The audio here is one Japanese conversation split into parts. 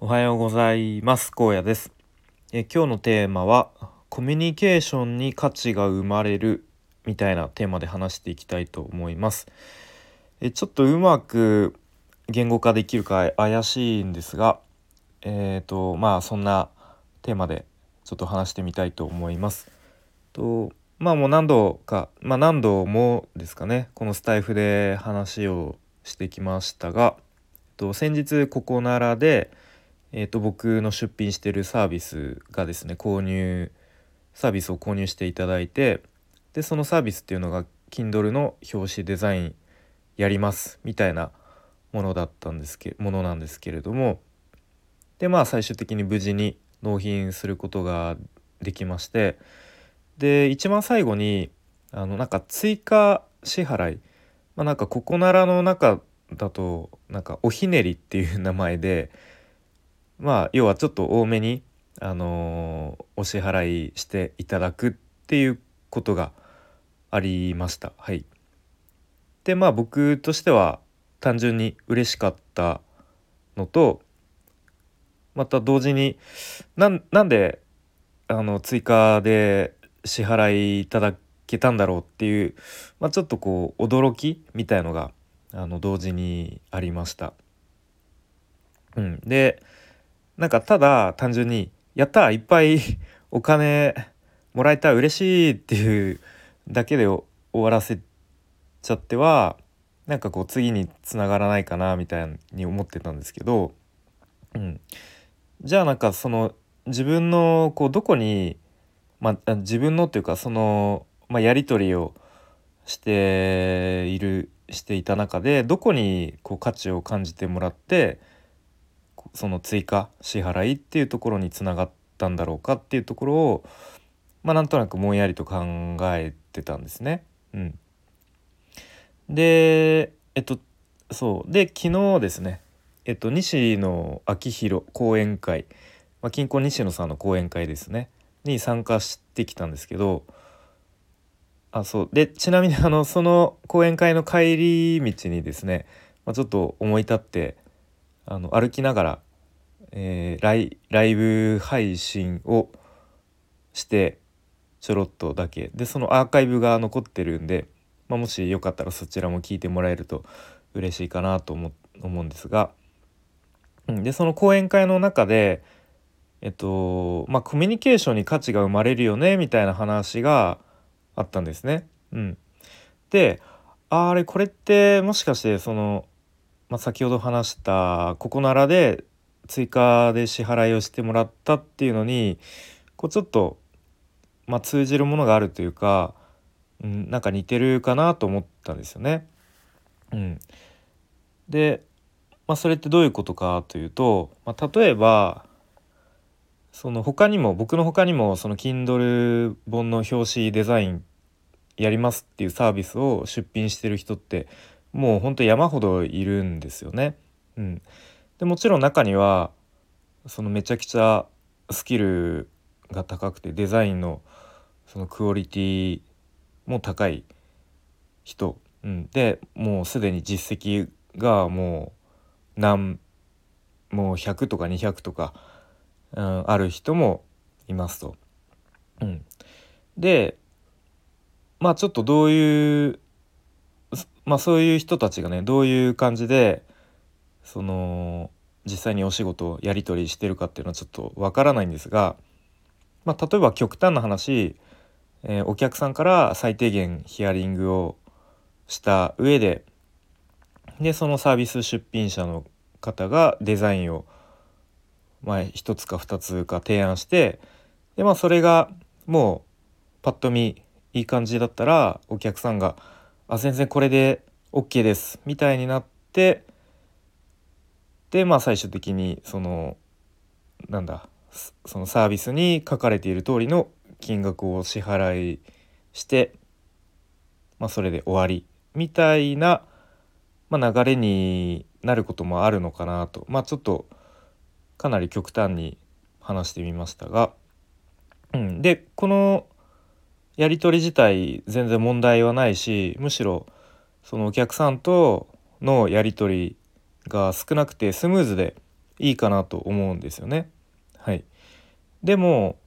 おはようございます。荒野です。今日のテーマはコミュニケーションに価値が生まれるみたいなテーマで話していきたいと思います。ちょっとうまく言語化できるか怪しいんですが、そんなテーマでちょっと話してみたいと思います。もう何度もですかね、このスタイフで話をしてきましたが、先日ここならで僕の出品しているサービスがですねサービスを購入していただいて、でそのサービスっていうのが Kindle の表紙デザインやりますみたいなものなんですけれども、で最終的に無事に納品することができまして、で一番最後に追加支払い、ここならの中だとおひねりっていう名前で、要はちょっと多めに、お支払いしていただくっていうことがありました。はい。で僕としては単純に嬉しかったのと、また同時になんで追加で支払いいただけたんだろうっていう、ちょっとこう驚きみたいのが同時にありました。でただ単純にやったいっぱいお金もらえた嬉しいっていうだけで終わらせちゃっては次につながらないかなみたいに思ってたんですけど、じゃあその自分のどこに、自分のっていうかやり取りをしていた中でどこに価値を感じてもらってその追加支払いっていうところにつながったんだろうかっていうところを、なんとなくぼんやりと考えてたんですね。でそうで昨日ですね、西野昭弘講演会、金婚西野さんの講演会ですねに参加してきたんですけど、そうでちなみにその講演会の帰り道にですね、ちょっと思い立って歩きながら、ライブ配信をしてちょろっとだけでそのアーカイブが残ってるんで、もしよかったらそちらも聞いてもらえると嬉しいかなと思うんですが、でその講演会の中でコミュニケーションに価値が生まれるよねみたいな話があったんですね。でこれってもしかして先ほど話したここならで追加で支払いをしてもらったっていうのにちょっと、通じるものがあるというか、似てるかなと思ったんですよね。で、それってどういうことかというと、例えば僕の他にもその Kindle 本の表紙デザインやりますっていうサービスを出品してる人ってもうほんと山ほどいるんですよね。でもちろん中にはめちゃくちゃスキルが高くてデザインのそのクオリティも高い人、でもうすでに実績がもう100とか200とか、ある人もいますと。でちょっとどういうそういう人たちがねどういう感じで実際にお仕事をやり取りしてるかっていうのはちょっとわからないんですが、例えば極端な話、お客さんから最低限ヒアリングをした上でそのサービス出品者の方がデザインを1つか2つか提案して、でそれがもうパッと見いい感じだったらお客さんが全然これで OK ですみたいになって、で最終的にそのサービスに書かれている通りの金額を支払いして、それで終わりみたいな、流れになることもあるのかなと、ちょっとかなり極端に話してみましたが、でこのやり取り自体全然問題はないし、むしろそのお客さんとのやり取りが少なくてスムーズでいいかなと思うんですよね。はい、でも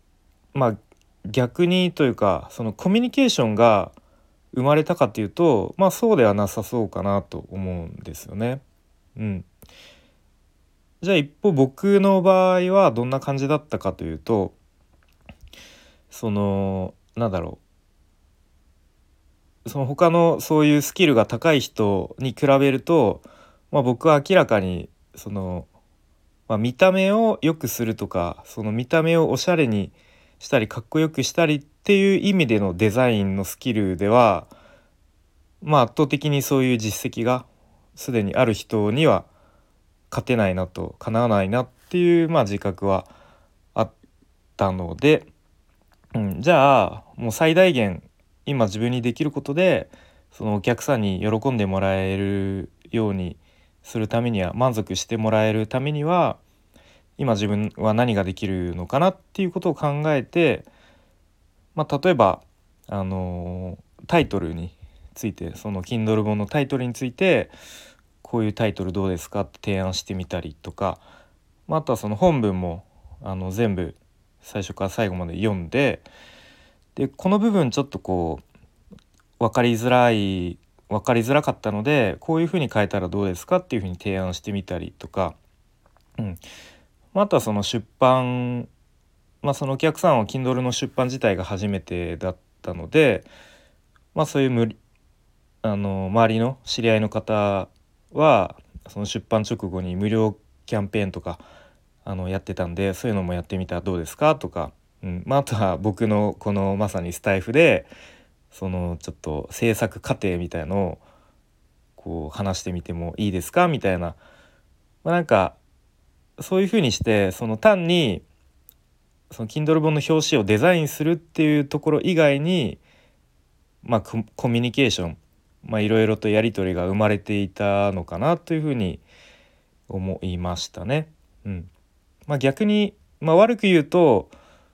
逆にというか、そのコミュニケーションが生まれたかっていうと、そうではなさそうかなと思うんですよね。うん、じゃあ一方僕の場合はどんな感じだったかというと、そのなんだろう、その他のそういうスキルが高い人に比べると、僕は明らかに見た目を良くするとか、その見た目をおしゃれにしたりかっこよくしたりっていう意味でのデザインのスキルでは、圧倒的にそういう実績がすでにある人には勝てないなと、かなわないなっていう、自覚はあったので、じゃあもう最大限今自分にできることで、そのお客さんに喜んでもらえるようにするためには、満足してもらえるためには、今自分は何ができるのかなっていうことを考えて、例えばタイトルについて、その Kindle 本のタイトルについてこういうタイトルどうですかって提案してみたりとか、あとはその本文も全部最初から最後まで読んで、この部分ちょっと分かりづらかったので、こういうふうに変えたらどうですかっていうふうに提案してみたりとか、あとはその出版、そのお客さんは Kindle の出版自体が初めてだったので、そういう周りの知り合いの方はその出版直後に無料キャンペーンとかやってたんで、そういうのもやってみたらどうですかとか、あとは僕のこのまさにスタイフでそのちょっと制作過程みたいのを話してみてもいいですかみたいな、なんかそういうふうにして、その単にその Kindle 本の表紙をデザインするっていうところ以外に、コミュニケーション、いろいろとやり取りが生まれていたのかなというふうに思いましたね。逆に、悪く言うと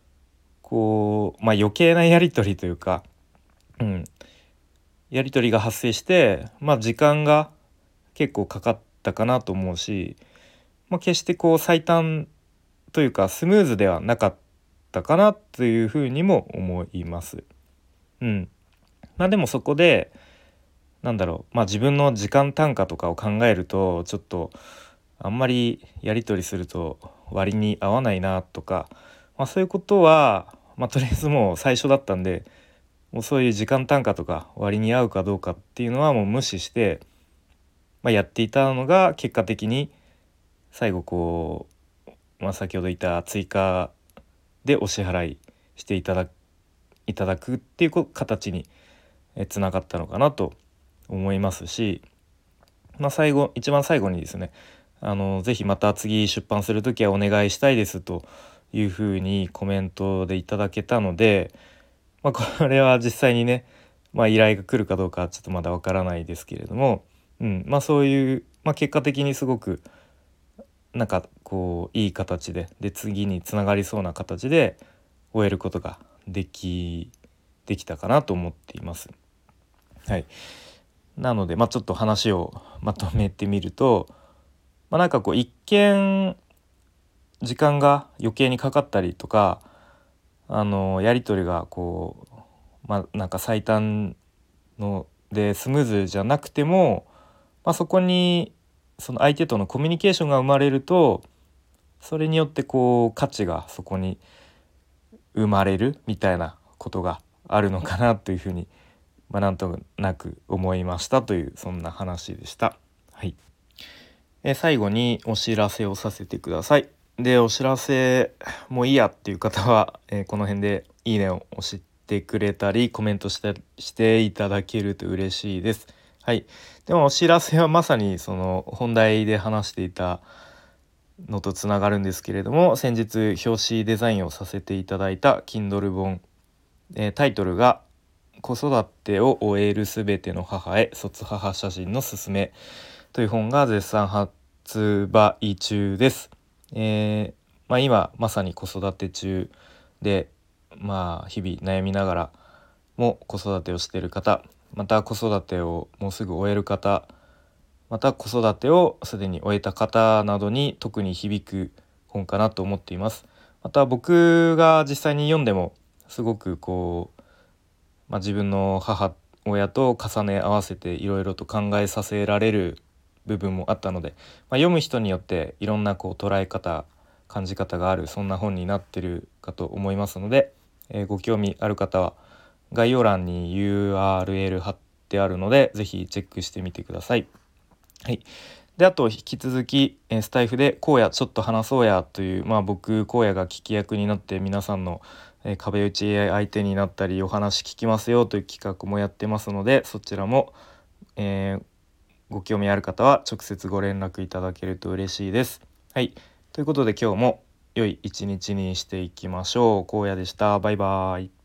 余計なやり取りというか、やり取りが発生して、時間が結構かかったかなと思うし、決して最短というかスムーズではなかったかなというふうにも思います。でもそこで自分の時間単価とかを考えると、ちょっとあんまりやり取りすると割に合わないなとか、そういうことは、とりあえずもう最初だったんで、もうそういう時間単価とか割に合うかどうかっていうのはもう無視して、やっていたのが結果的に最後先ほど言った追加でお支払いしていただくっていう形につながったのかなと思いますし、一番最後にですね、ぜひまた次出版する時はお願いしたいですというふうにコメントでいただけたので、これは実際にね、依頼が来るかどうかはちょっとまだわからないですけれども、そういう、結果的にすごくいい形で次につながりそうな形で終えることができたかなと思っています。はい、なのでちょっと話をまとめてみると、一見時間が余計にかかったりとか、やり取りが最短のでスムーズじゃなくても、そこにその相手とのコミュニケーションが生まれると、それによって価値がそこに生まれるみたいなことがあるのかなというふうに、なんとなく思いましたという、そんな話でした。はい。最後にお知らせをさせてください。で、お知らせもういいやっていう方は、この辺でいいねを押してくれたりコメントしていただけると嬉しいです。はい。でもお知らせはまさにその本題で話していたのとつながるんですけれども、先日表紙デザインをさせていただいた Kindle 本、タイトルが子育てを終えるすべての母へ卒母写真のすすめという本が絶賛発売中です。今まさに子育て中で、日々悩みながらも子育てをしている方、また子育てをもうすぐ終える方また子育てをすでに終えた方などに特に響く本かなと思っています。また僕が実際に読んでもすごく自分の母親と重ね合わせていろいろと考えさせられる部分もあったので、読む人によっていろんな捉え方感じ方がある、そんな本になってるかと思いますので、ご興味ある方は概要欄に URL 貼ってあるのでぜひチェックしてみてください。はい。で、あと引き続きスタイフで荒野ちょっと話そうやという、僕荒野が聞き役になって皆さんの壁打ち相手になったりお話聞きますよという企画もやってますので、そちらも、ご興味ある方は直接ご連絡いただけると嬉しいです。はい。ということで今日も良い一日にしていきましょう。荒野でした。バイバイ。